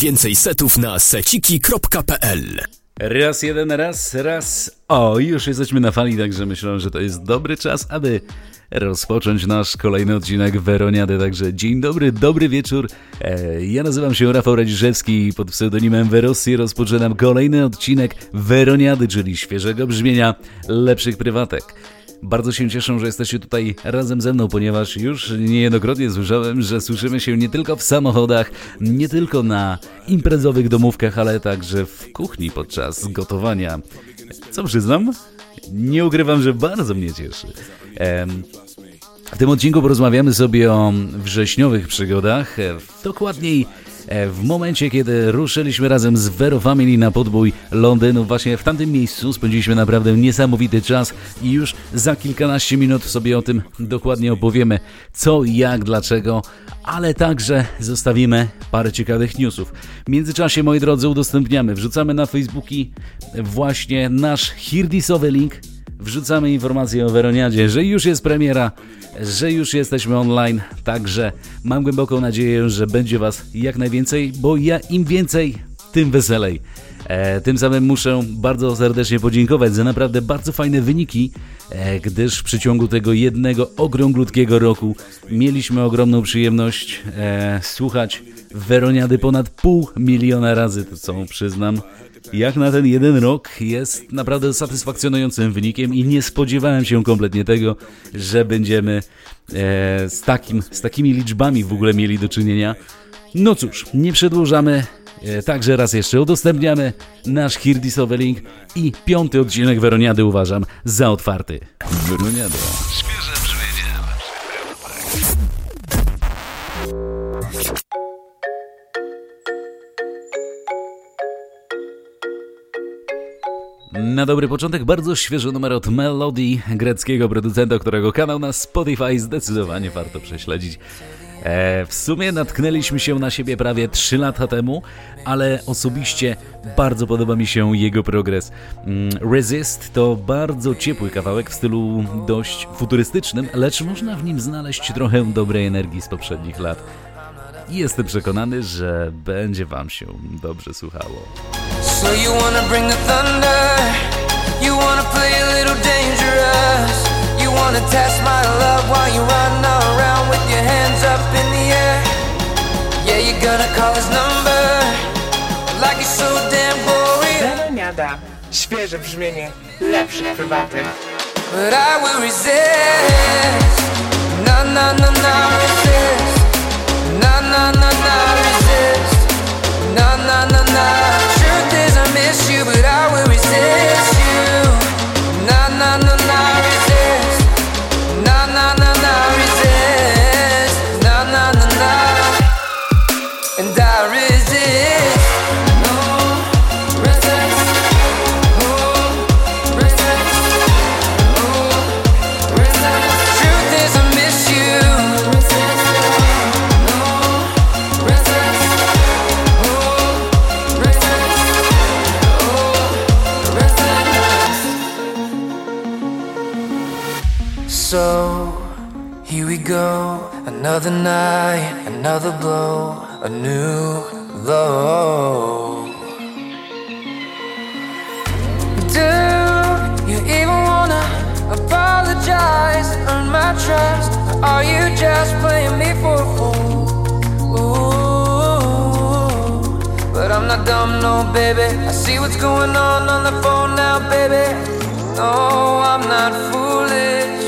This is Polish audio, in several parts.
Więcej setów na seciki.pl. Raz, jeden, raz. O, już jesteśmy na fali, także myślę, że to jest dobry czas, aby rozpocząć nasz kolejny odcinek Weroniady. Także dzień dobry, dobry wieczór. Ja nazywam się Rafał Radziszewski i pod pseudonimem Werossi rozpoczynam kolejny odcinek Weroniady, czyli świeżego brzmienia lepszych prywatek. Bardzo się cieszę, że jesteście tutaj razem ze mną, ponieważ już niejednokrotnie słyszałem, że słyszymy się nie tylko w samochodach, nie tylko na imprezowych domówkach, ale także w kuchni podczas gotowania. Co przyznam? Nie ukrywam, że bardzo mnie cieszy. W tym odcinku porozmawiamy sobie o wrześniowych przygodach, dokładniej w momencie, kiedy ruszyliśmy razem z Vero Family na podbój Londynu. Właśnie w tamtym miejscu spędziliśmy naprawdę niesamowity czas i już za kilkanaście minut sobie o tym dokładnie opowiemy, co, jak, dlaczego, ale także zostawimy parę ciekawych newsów. W międzyczasie, moi drodzy, wrzucamy na Facebooki właśnie nasz hirdisowy link. Wrzucamy informację o Weroniadzie, że już jest premiera, że już jesteśmy online, także mam głęboką nadzieję, że będzie Was jak najwięcej, bo im więcej, tym weselej. Tym samym muszę bardzo serdecznie podziękować za naprawdę bardzo fajne wyniki, gdyż w przeciągu tego jednego okrąglutkiego roku mieliśmy ogromną przyjemność słuchać Weroniady ponad 500 000 razy, to co przyznam. Jak na ten jeden rok jest naprawdę satysfakcjonującym wynikiem i nie spodziewałem się kompletnie tego, że będziemy z takimi liczbami w ogóle mieli do czynienia. No cóż, nie przedłużamy, także raz jeszcze udostępniamy nasz hirdisowy link i 5. odcinek Weroniady uważam za otwarty. Weroniada. Świeże brzmienie. Na dobry początek bardzo świeży numer od Melody, greckiego producenta, którego kanał na Spotify zdecydowanie warto prześledzić. W sumie natknęliśmy się na siebie prawie 3 lata temu, ale osobiście bardzo podoba mi się jego progres. Resist to bardzo ciepły kawałek w stylu dość futurystycznym, lecz można w nim znaleźć trochę dobrej energii z poprzednich lat. I jestem przekonany, że będzie Wam się dobrze słuchało. So you wanna bring the thunder, you wanna play a little dangerous, you wanna test my love while you run around with your hands up in the air. Yeah, you're gonna call his number, like he's so damn glorious. Weroniada, świeże brzmienie lepszych prywatek. But I will resist, na na na na resist, na na na na resist, na na na na. I miss you, but I will resist you. Na na na na resist. Na na na na resist. Na na na na. And I resist. No resist. Oh resist. Oh resist. Truth is I miss you. Resist. No resist. Oh resist. So, here we go, another night, another blow, a new low. Do you even wanna apologize, earn my trust, or are you just playing me for a fool? Ooh, but I'm not dumb, no baby, I see what's going on the phone now, baby. No, I'm not foolish.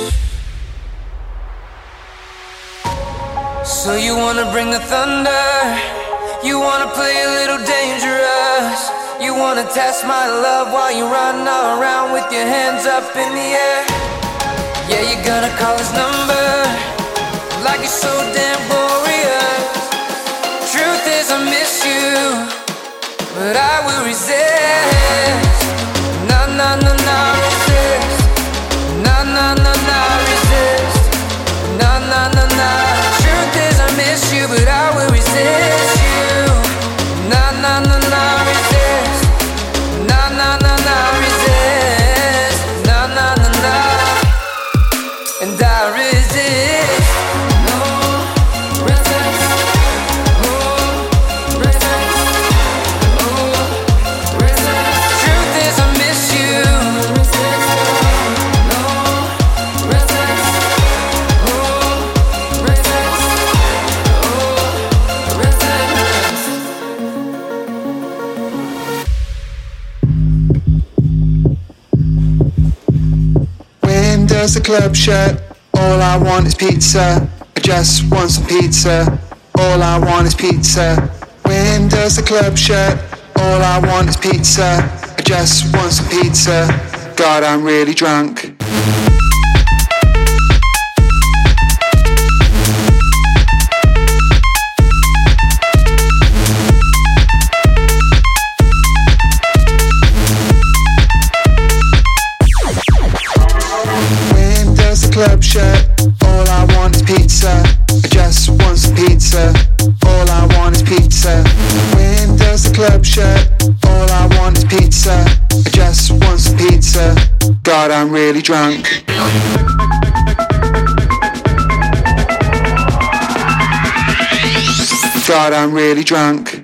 So you wanna bring the thunder, you wanna play a little dangerous, you wanna test my love while you run around with your hands up in the air. Yeah, you're gonna call his number, like he's so damn glorious. Truth is I miss you, but I will resist. Na na na na resist. Na na na na resist. Na na na na. Truth is I miss you, but I will resist you. Na na na na resist. Na na na na resist. Na na na na. And I resist. No resist. Oh resist. does the club shut? All I want is pizza. I just want some pizza. All I want is pizza. When does the club shut? All I want is pizza. I just want some pizza. God, I'm really drunk. Club shut. All I want is pizza. I just want some pizza. All I want is pizza. When does the club shut? All I want is pizza. I just want some pizza. God, I'm really drunk. God, I'm really drunk.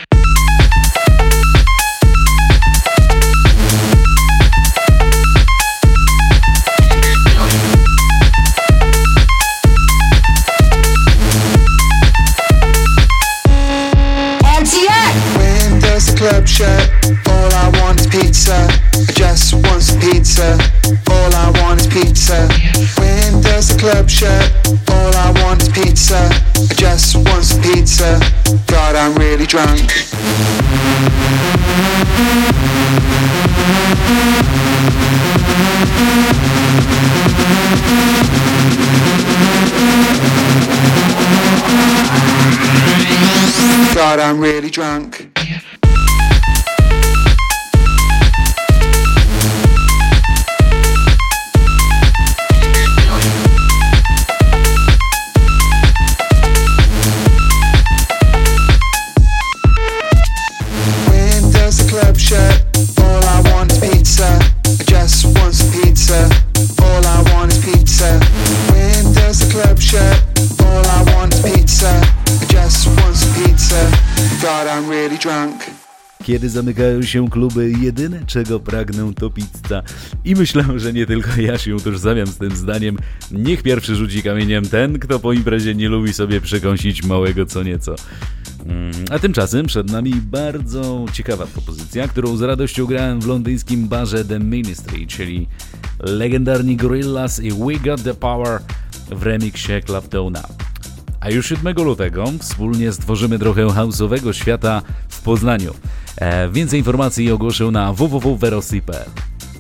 Club shut. All I want is pizza. I just want some pizza. All I want is pizza. When does the club shut? All I want is pizza. I just want some pizza. God, I'm really drunk. God, I'm really drunk. Shut. All I want is pizza. I just want some pizza. All I want is pizza. When does the club shut? All I want is pizza. I just want some pizza. God, I'm really drunk. Kiedy zamykają się kluby, jedyne czego pragnę to pizza. I myślę, że nie tylko ja się utożsamiam z tym zdaniem. Niech pierwszy rzuci kamieniem ten, kto po imprezie nie lubi sobie przekąsić małego co nieco. A tymczasem przed nami bardzo ciekawa propozycja, którą z radością grałem w londyńskim barze The Ministry, czyli legendarni Gorillaz i We Got The Power w remiksie Claptona. A już 7 lutego wspólnie stworzymy trochę house'owego świata w Poznaniu. Więcej informacji ogłoszę na www.verosi.pl.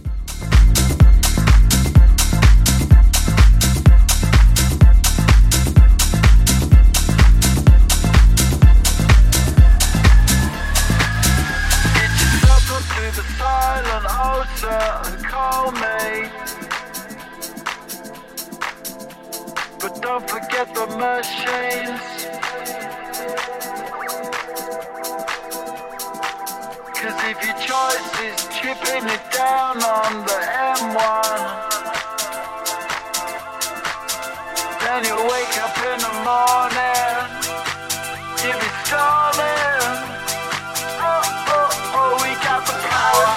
But don't forget the machines, 'cause if your choice is chipping it down on the M1, then you wake up in the morning, you'll be stalling. Oh, oh, oh, we got the power.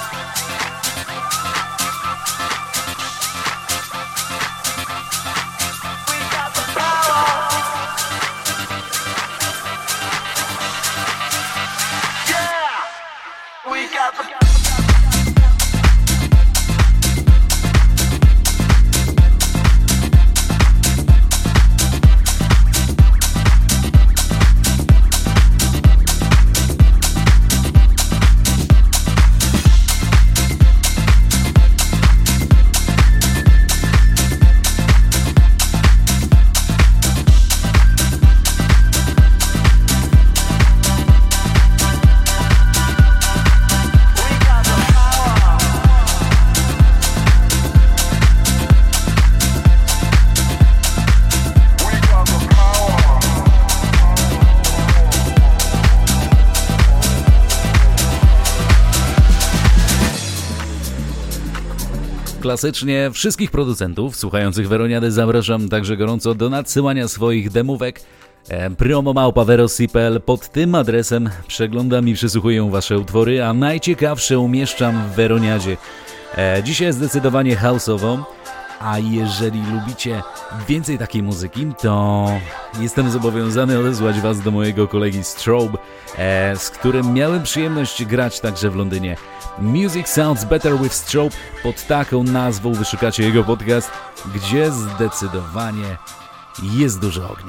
Klasycznie wszystkich producentów słuchających Weroniady zapraszam także gorąco do nadsyłania swoich demówek. promo@verosi.pl. Pod tym adresem przeglądam i przysłuchuję wasze utwory, a najciekawsze umieszczam w Weroniadzie. Dzisiaj zdecydowanie house'owo. A jeżeli lubicie więcej takiej muzyki, to jestem zobowiązany odesłać was do mojego kolegi Strobe, z którym miałem przyjemność grać także w Londynie. Music Sounds Better with Strobe, pod taką nazwą wyszukacie jego podcast, gdzie zdecydowanie jest dużo ognia.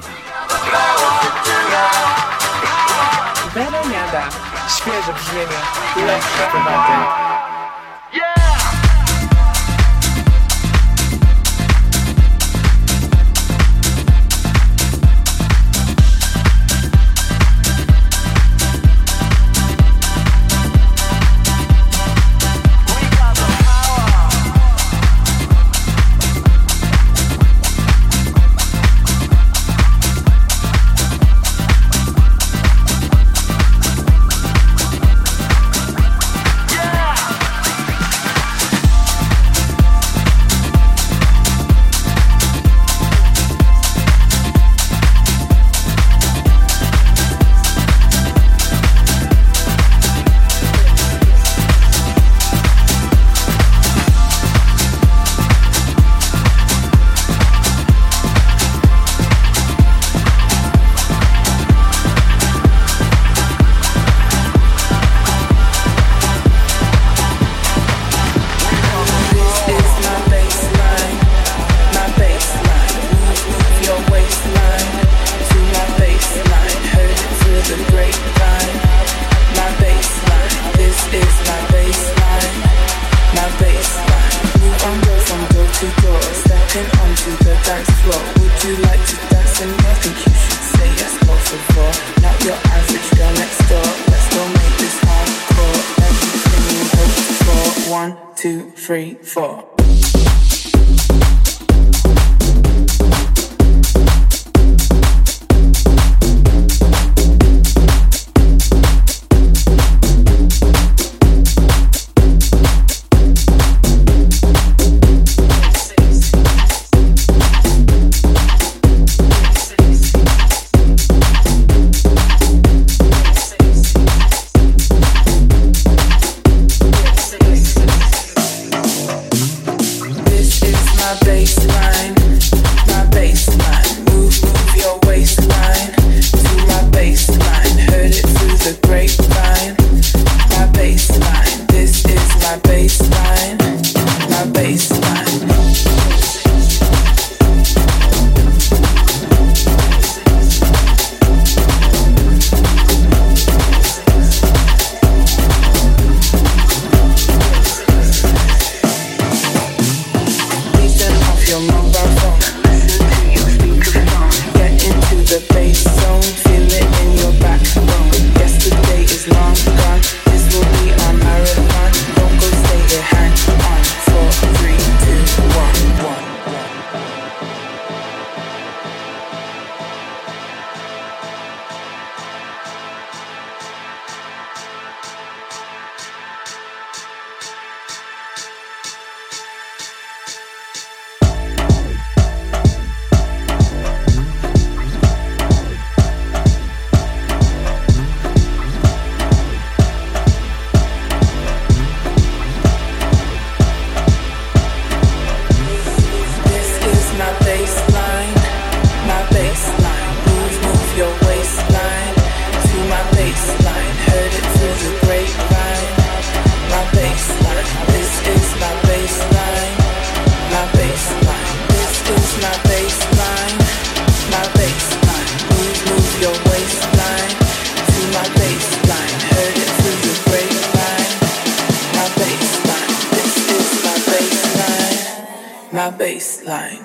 Weroniada. Świeże brzmienie, lepsze tematy. Baseline.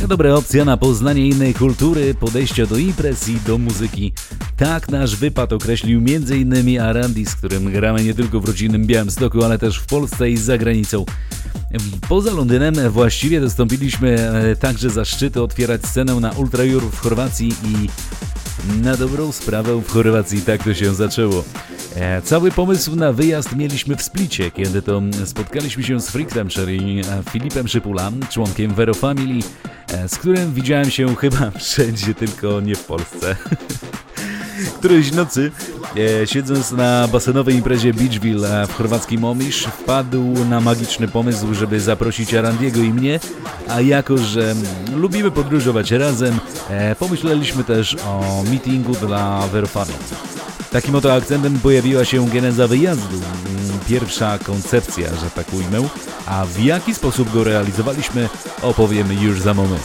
dobra opcja na poznanie innej kultury, podejścia do imprez i do muzyki. Tak nasz wypad określił m.in. Arandy, z którym gramy nie tylko w rodzinnym Białymstoku, ale też w Polsce i za granicą. Poza Londynem właściwie dostąpiliśmy także zaszczytu otwierać scenę na Ultrajur w Chorwacji i na dobrą sprawę w Chorwacji tak to się zaczęło. Cały pomysł na wyjazd mieliśmy w Splicie, kiedy to spotkaliśmy się z Freaktem, czyli Filipem Szypula, członkiem Vero Family, z którym widziałem się chyba wszędzie, tylko nie w Polsce. Którejś nocy, siedząc na basenowej imprezie Beachville w chorwackim Omisz, wpadł na magiczny pomysł, żeby zaprosić Arandiego i mnie, a jako, że lubimy podróżować razem, pomyśleliśmy też o meetingu dla Vero Family. Takim oto akcentem pojawiła się geneza wyjazdu, pierwsza koncepcja, że tak ujmę, a w jaki sposób go realizowaliśmy, opowiem już za moment.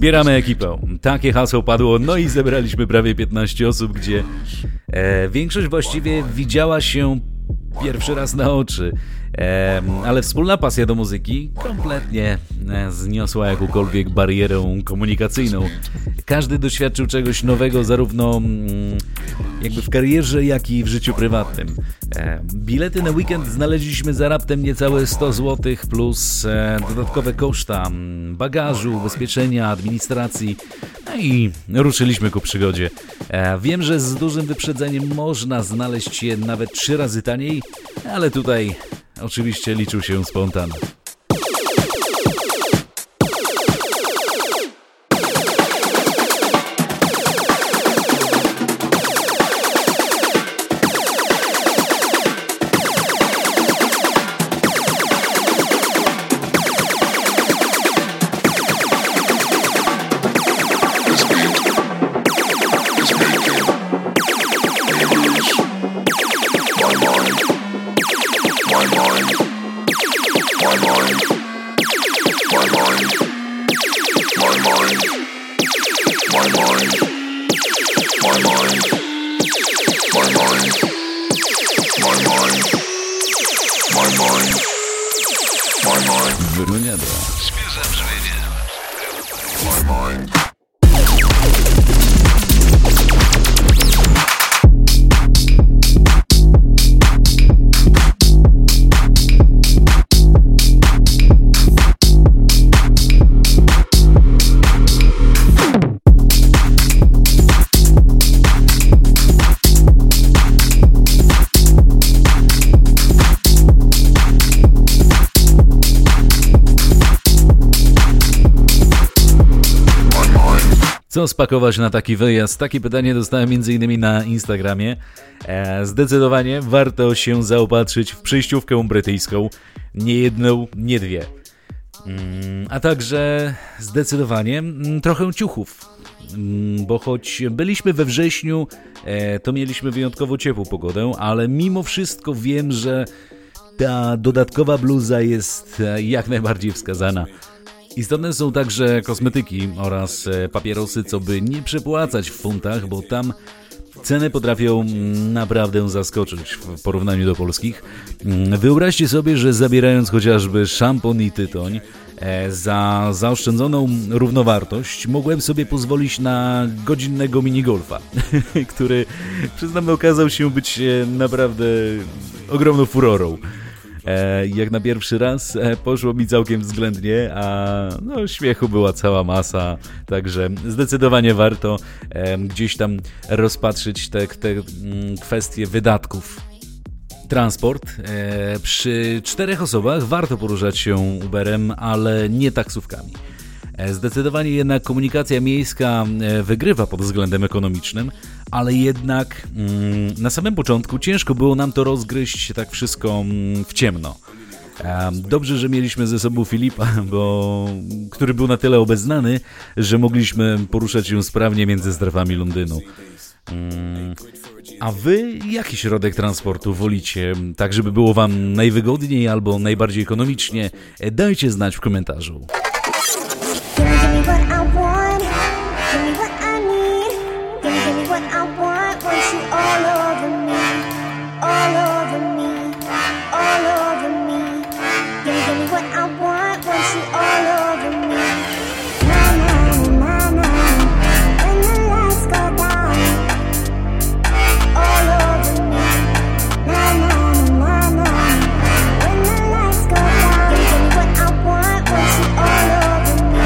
Wspieramy ekipę. Takie hasło padło, no i zebraliśmy prawie 15 osób, gdzie większość właściwie widziała się pierwszy raz na oczy, ale wspólna pasja do muzyki kompletnie zniosła jakąkolwiek barierę komunikacyjną. Każdy doświadczył czegoś nowego zarówno jakby w karierze, jak i w życiu prywatnym. Bilety na weekend znaleźliśmy za raptem niecałe 100 zł plus dodatkowe koszta bagażu, ubezpieczenia, administracji. No i ruszyliśmy ku przygodzie. Wiem, że z dużym wyprzedzeniem można znaleźć je nawet 3 razy taniej, ale tutaj oczywiście liczył się spontan. Weroniada. Świeże brzmienie. My mind. Co spakować na taki wyjazd? Takie pytanie dostałem m.in. na Instagramie. Zdecydowanie warto się zaopatrzyć w przejściówkę brytyjską. Nie jedną, nie dwie. A także zdecydowanie trochę ciuchów. Bo choć byliśmy we wrześniu, to mieliśmy wyjątkowo ciepłą pogodę, ale mimo wszystko wiem, że ta dodatkowa bluza jest jak najbardziej wskazana. Istotne są także kosmetyki oraz papierosy, co by nie przepłacać w funtach, bo tam ceny potrafią naprawdę zaskoczyć w porównaniu do polskich. Wyobraźcie sobie, że zabierając chociażby szampon i tytoń, za zaoszczędzoną równowartość mogłem sobie pozwolić na godzinnego minigolfa, który przyznam okazał się być naprawdę ogromną furorą. Jak na pierwszy raz poszło mi całkiem względnie, a no, śmiechu była cała masa, także zdecydowanie warto gdzieś tam rozpatrzyć te kwestie wydatków. Transport. Przy 4 osobach warto poruszać się Uberem, ale nie taksówkami. Zdecydowanie jednak komunikacja miejska wygrywa pod względem ekonomicznym, ale jednak na samym początku ciężko było nam to rozgryźć tak wszystko w ciemno. Dobrze, że mieliśmy ze sobą Filipa, który był na tyle obeznany, że mogliśmy poruszać się sprawnie między strefami Londynu. A wy jaki środek transportu wolicie? Tak, żeby było wam najwygodniej albo najbardziej ekonomicznie? Dajcie znać w komentarzu. Give me what I want, give me what I need. Give me what I want you all over me, all over me, all over me. Give me what I want you all over me. Na na na na, when the lights go down, all over me. Na na na na, when the lights go down. Give me what I want you all over me.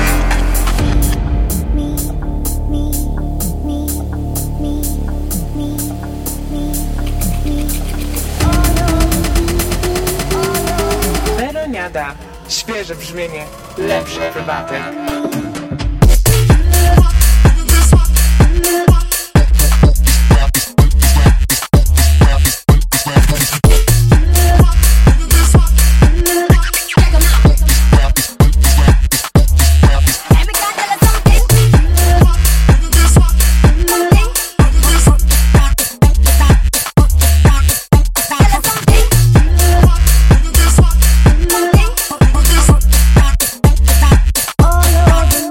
Weroniada. Świeże brzmienie, lepszy prywaty. All over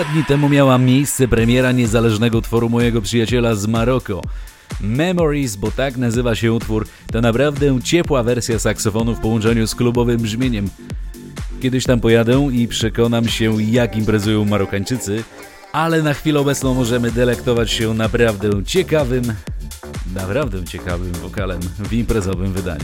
Kilka dni temu miała miejsce premiera niezależnego utworu mojego przyjaciela z Maroko. Memories, bo tak nazywa się utwór, to naprawdę ciepła wersja saksofonu w połączeniu z klubowym brzmieniem. Kiedyś tam pojadę i przekonam się, jak imprezują Marokańczycy, ale na chwilę obecną możemy delektować się naprawdę ciekawym wokalem w imprezowym wydaniu.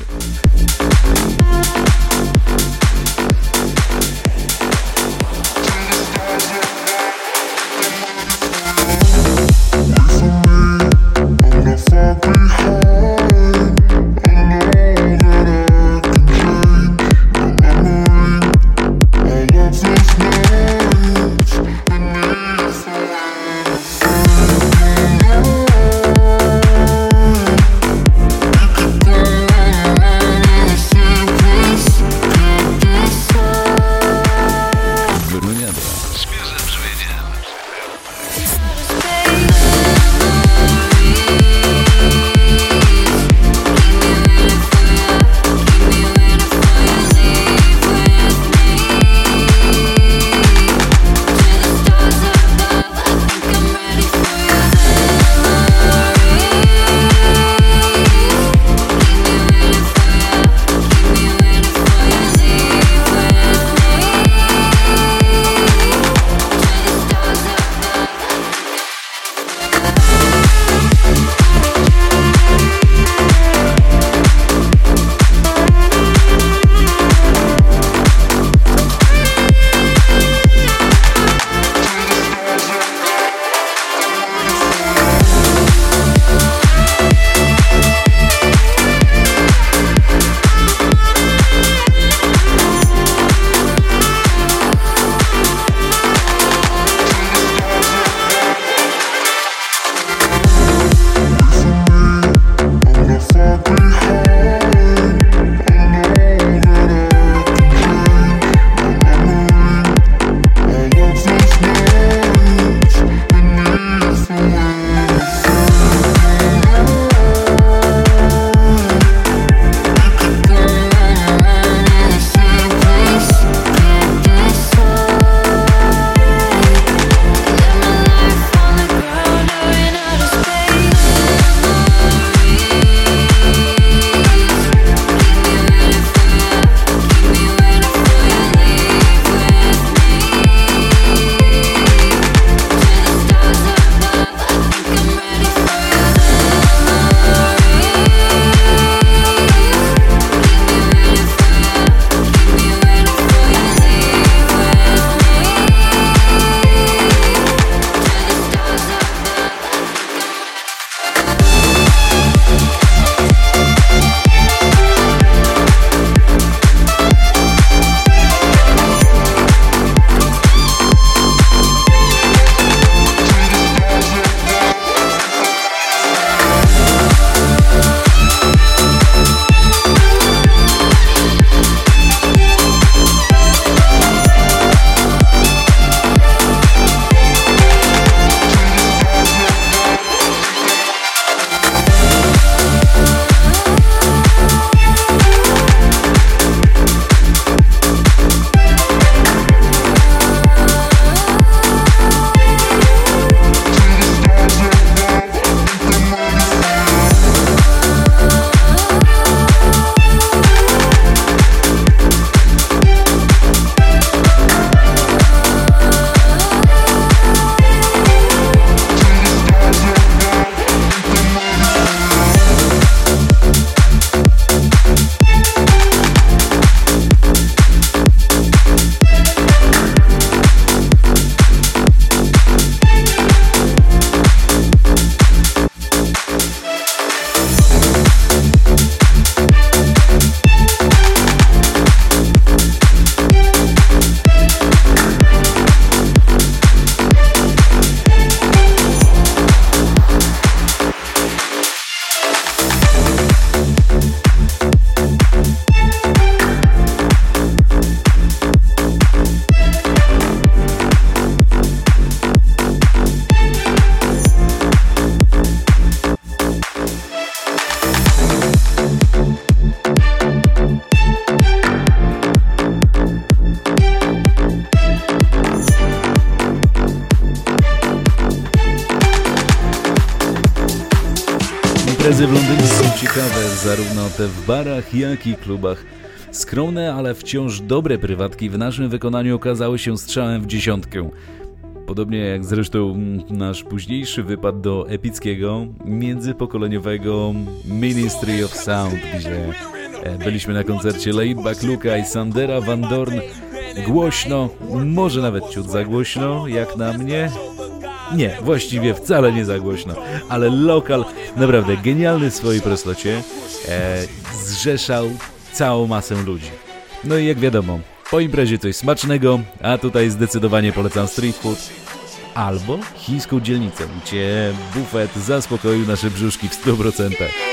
Imprezy w Londynie są ciekawe, zarówno te w barach, jak i klubach. Skromne, ale wciąż dobre prywatki w naszym wykonaniu okazały się strzałem w dziesiątkę. Podobnie jak zresztą nasz późniejszy wypad do epickiego, międzypokoleniowego Ministry of Sound, gdzie byliśmy na koncercie Laidback Luke'a i Sandera Van Dorn. Głośno, może nawet ciut za głośno, jak na mnie. Nie, właściwie wcale nie za głośno, ale lokal naprawdę genialny w swojej prostocie, zrzeszał całą masę ludzi. No i jak wiadomo, po imprezie coś smacznego, a tutaj zdecydowanie polecam street food albo chińską dzielnicę, gdzie bufet zaspokoił nasze brzuszki w 100%.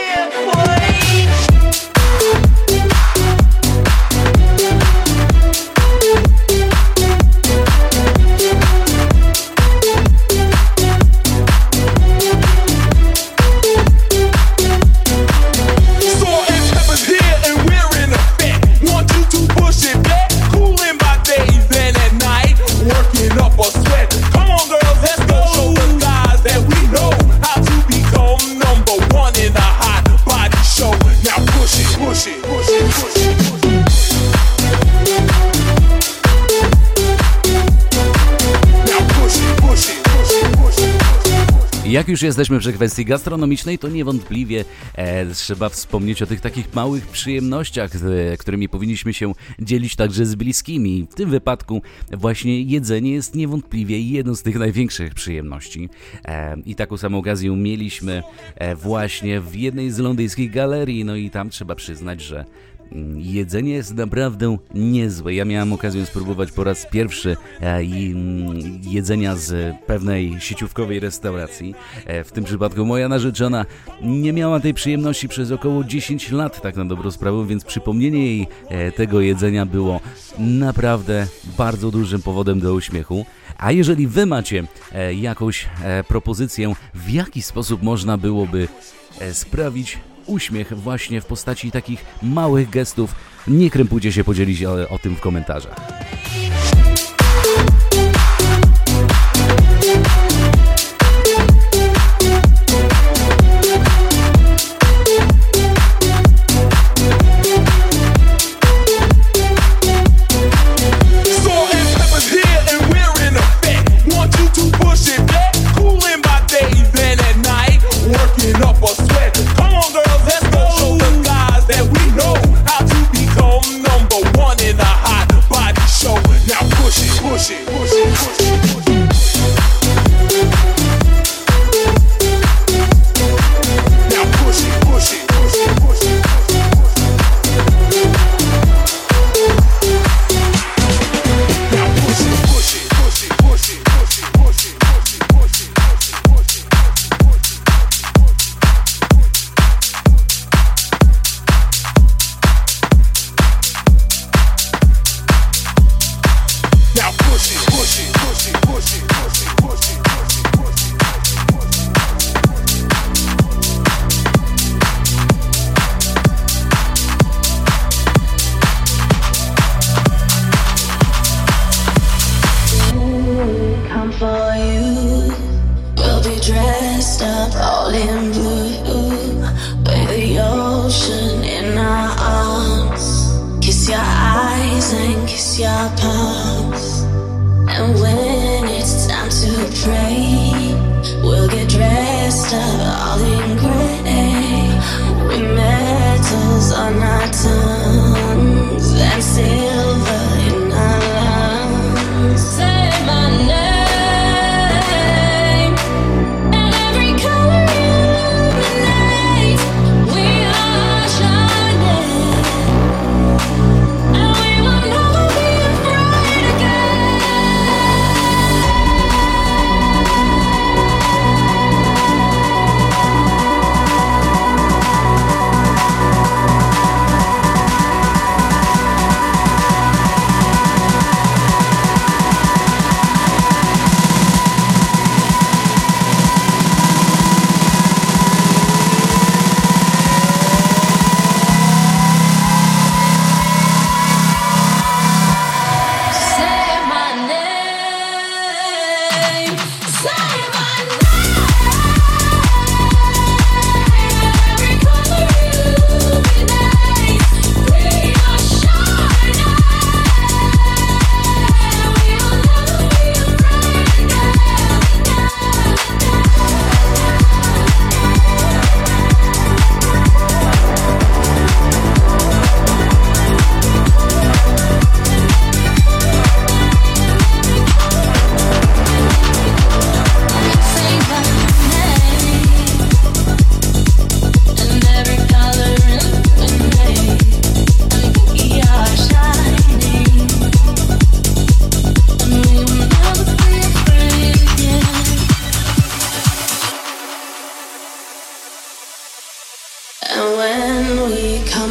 Jak już jesteśmy przy kwestii gastronomicznej, to niewątpliwie trzeba wspomnieć o tych takich małych przyjemnościach, którymi powinniśmy się dzielić także z bliskimi. W tym wypadku właśnie jedzenie jest niewątpliwie jedną z tych największych przyjemności. I taką samą okazję mieliśmy właśnie w jednej z londyńskich galerii, no i tam trzeba przyznać, że jedzenie jest naprawdę niezłe. Ja miałem okazję spróbować po raz pierwszy jedzenia z pewnej sieciówkowej restauracji. W tym przypadku moja narzeczona nie miała tej przyjemności przez około 10 lat, tak na dobrą sprawę, więc przypomnienie jej tego jedzenia było naprawdę bardzo dużym powodem do uśmiechu. A jeżeli wy macie jakąś propozycję, w jaki sposób można byłoby sprawić uśmiech właśnie w postaci takich małych gestów, nie krępujcie się podzielić o tym w komentarzach.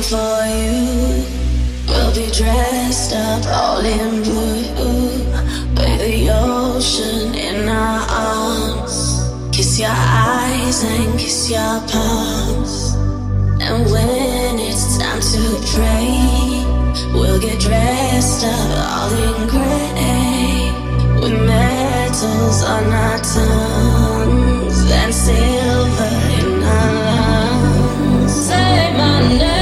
for you. We'll be dressed up all in blue, by the ocean in our arms. Kiss your eyes and kiss your palms. And when it's time to pray, we'll get dressed up all in grey, with metals on our tongues and silver in our lungs. Say my name.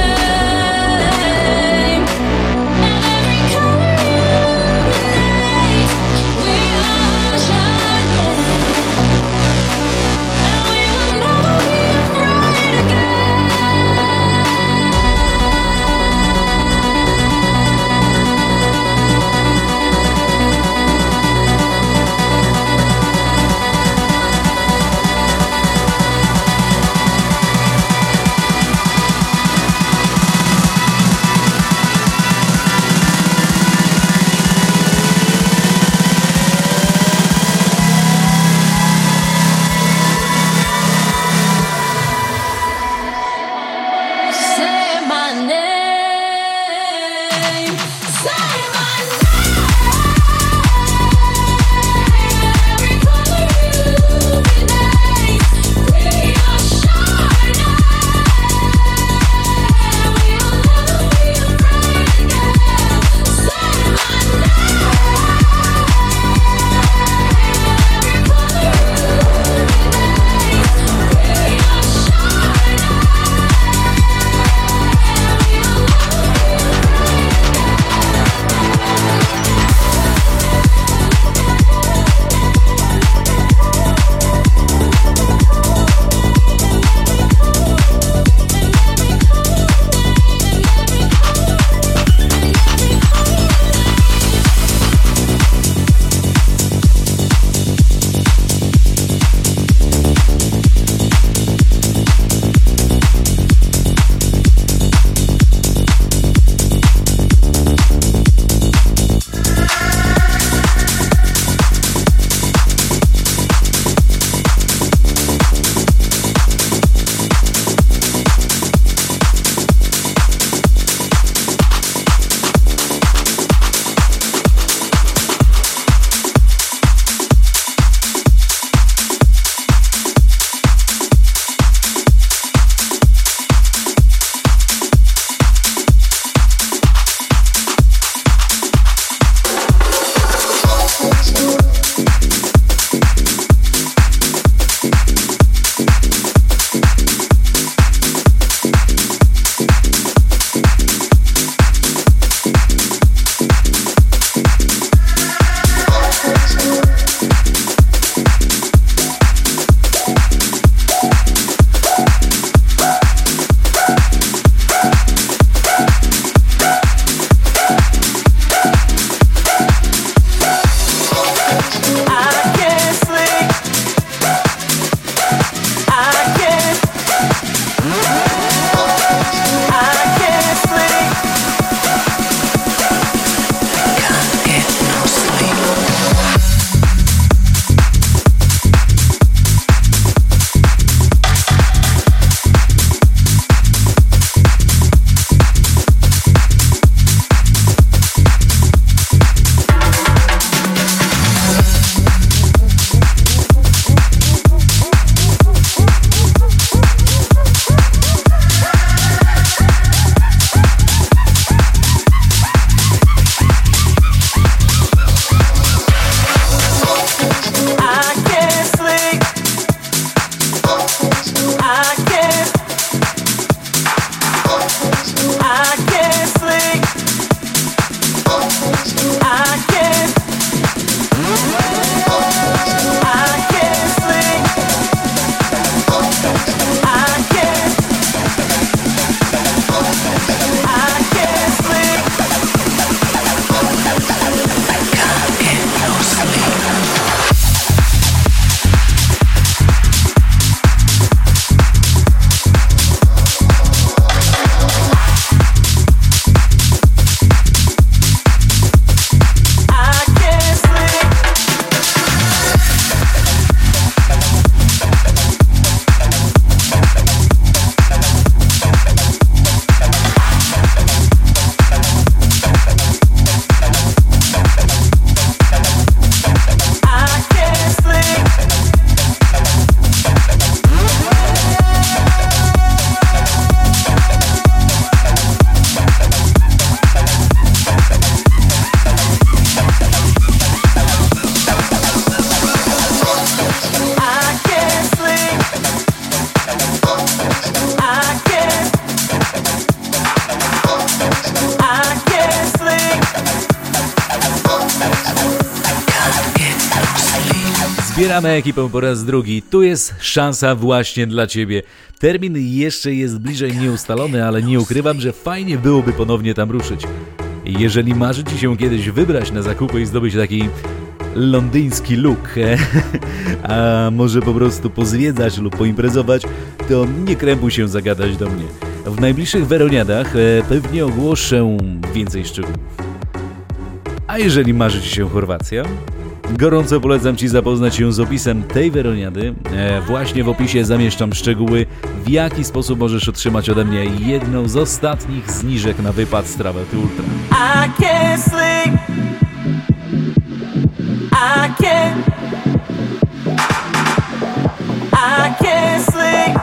Zbieramy ekipę po raz drugi. Tu jest szansa właśnie dla Ciebie. Termin jeszcze jest bliżej nieustalony, ale nie ukrywam, że fajnie byłoby ponownie tam ruszyć. Jeżeli marzy Ci się kiedyś wybrać na zakupy i zdobyć taki londyński look, a może po prostu pozwiedzać lub poimprezować, to nie krępuj się zagadać do mnie. W najbliższych weroniadach pewnie ogłoszę więcej szczegółów. A jeżeli marzy Ci się Chorwacja, gorąco polecam Ci zapoznać się z opisem tej weroniady. Właśnie w opisie zamieszczam szczegóły, w jaki sposób możesz otrzymać ode mnie jedną z ostatnich zniżek na wypad z Travelty Ultra. I can't sleep. I can't sleep.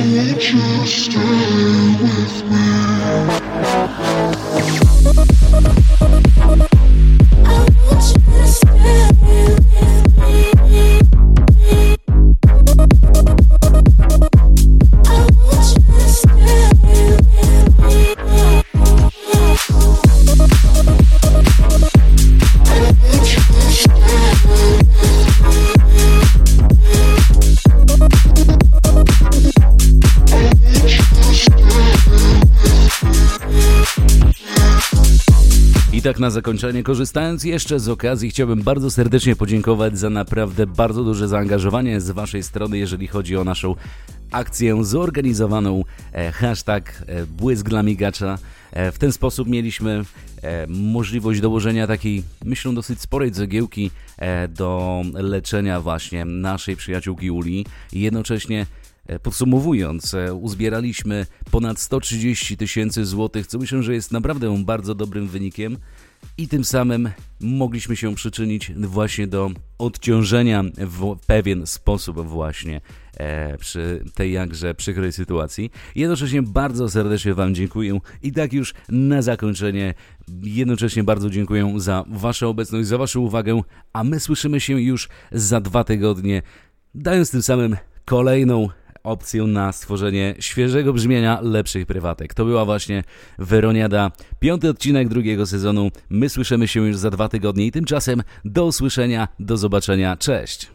I tak na zakończenie, korzystając jeszcze z okazji, chciałbym bardzo serdecznie podziękować za naprawdę bardzo duże zaangażowanie z Waszej strony, jeżeli chodzi o naszą akcję zorganizowaną #Błysk dla Migacza. W ten sposób mieliśmy możliwość dołożenia takiej, myślę, dosyć sporej cegiełki do leczenia właśnie naszej przyjaciółki Uli i jednocześnie podsumowując, uzbieraliśmy ponad 130 000 złotych, co myślę, że jest naprawdę bardzo dobrym wynikiem i tym samym mogliśmy się przyczynić właśnie do odciążenia w pewien sposób właśnie przy tej jakże przykrej sytuacji. Jednocześnie bardzo serdecznie Wam dziękuję i tak już na zakończenie jednocześnie bardzo dziękuję za Waszą obecność, za Waszą uwagę, a my słyszymy się już za 2 tygodnie, dając tym samym kolejną opcję na stworzenie świeżego brzmienia lepszych prywatek. To była właśnie Weroniada, 5. odcinek 2. sezonu. My słyszymy się już za 2 tygodnie i tymczasem do usłyszenia, do zobaczenia, cześć!